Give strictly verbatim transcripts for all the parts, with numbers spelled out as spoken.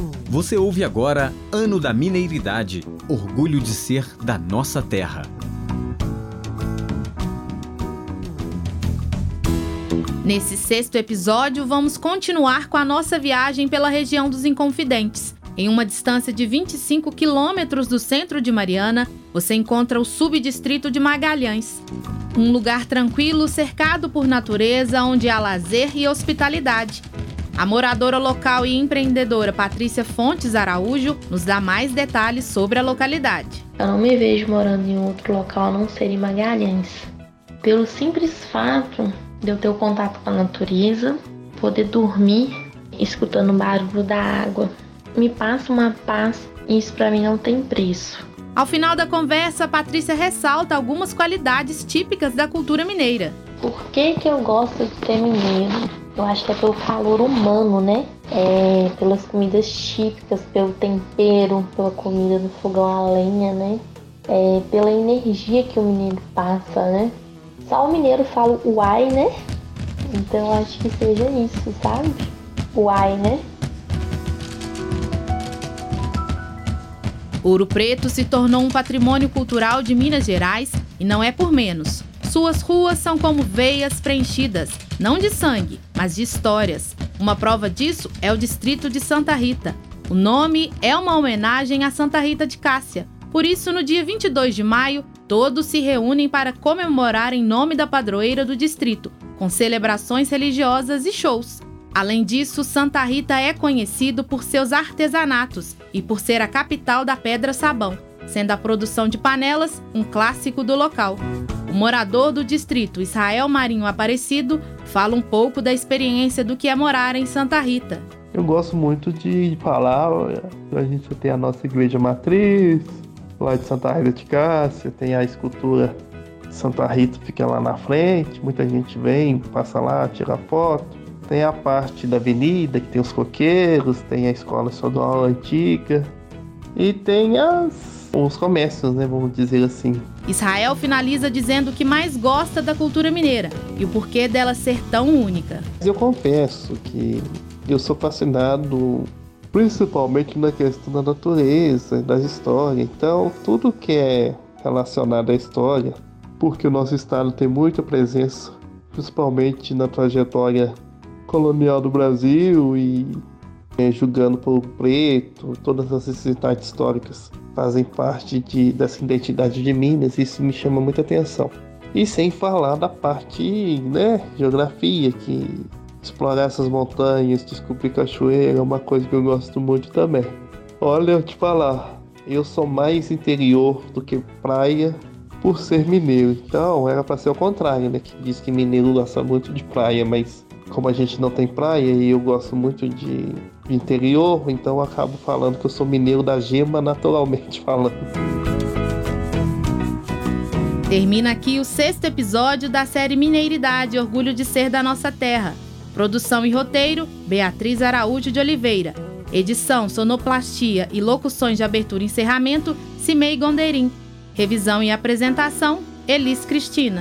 Você ouve agora Ano da Mineiridade, orgulho de ser da nossa terra. Nesse sexto episódio, vamos continuar com a nossa viagem pela região dos Inconfidentes. Em uma distância de vinte e cinco quilômetros do centro de Mariana, você encontra o subdistrito de Magalhães. Um lugar tranquilo, cercado por natureza, onde há lazer e hospitalidade. A moradora local e empreendedora Patrícia Fontes Araújo nos dá mais detalhes sobre a localidade. Eu não me vejo morando em outro local a não ser em Magalhães. Pelo simples fato de eu ter o contato com a natureza, poder dormir escutando o barulho da água, me passa uma paz e isso para mim não tem preço. Ao final da conversa, Patrícia ressalta algumas qualidades típicas da cultura mineira. Por que que eu gosto de ser mineiro? Eu acho que é pelo calor humano, né? É, pelas comidas típicas, pelo tempero, pela comida do fogão a lenha, né? É, pela energia que o mineiro passa, né? Só o mineiro fala uai, né? Então eu acho que seja isso, sabe? Uai, né? Ouro Preto se tornou um patrimônio cultural de Minas Gerais e não é por menos. Suas ruas são como veias preenchidas, não de sangue, mas de histórias. Uma prova disso é o distrito de Santa Rita. O nome é uma homenagem a Santa Rita de Cássia. Por isso, no dia vinte e dois de maio, todos se reúnem para comemorar em nome da padroeira do distrito, com celebrações religiosas e shows. Além disso, Santa Rita é conhecido por seus artesanatos e por ser a capital da pedra-sabão, sendo a produção de panelas um clássico do local. O morador do distrito, Israel Marinho Aparecido, fala um pouco da experiência do que é morar em Santa Rita. Eu gosto muito de falar, a gente tem a nossa igreja matriz, lá de Santa Rita de Cássia, tem a escultura de Santa Rita, fica lá na frente, muita gente vem, passa lá, tira foto. Tem a parte da avenida, que tem os coqueiros, tem a escola estadual antiga e tem as... os comércios, né, vamos dizer assim. Israel finaliza dizendo que mais gosta da cultura mineira e o porquê dela ser tão única. Eu confesso que eu sou fascinado principalmente na questão da natureza, das histórias. Então, tudo que é relacionado à história, porque o nosso estado tem muita presença, principalmente na trajetória colonial do Brasil e é, julgando por Preto, todas as necessidades históricas fazem parte de, dessa identidade de Minas, isso me chama muita atenção. E sem falar da parte, né, geografia, que explorar essas montanhas, descobrir cachoeira é uma coisa que eu gosto muito também. Olha, eu te falar, eu sou mais interior do que praia por ser mineiro, então era para ser o contrário, né, que diz que mineiro gosta muito de praia, mas como a gente não tem praia e eu gosto muito de, de interior, então eu acabo falando que eu sou mineiro da gema, naturalmente falando. Termina aqui o sexto episódio da série Mineiridade, Orgulho de Ser da Nossa Terra. Produção e roteiro, Beatriz Araújo de Oliveira. Edição, sonoplastia e locuções de abertura e encerramento, Cimei Gonderim. Revisão e apresentação, Elis Cristina.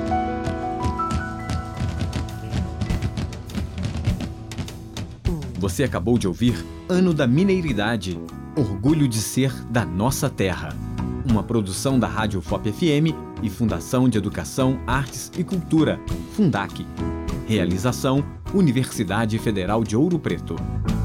Você acabou de ouvir Ano da Mineiridade, orgulho de ser da nossa terra. Uma produção da Rádio F O P F M e Fundação de Educação, Artes e Cultura, Fundac. Realização, Universidade Federal de Ouro Preto.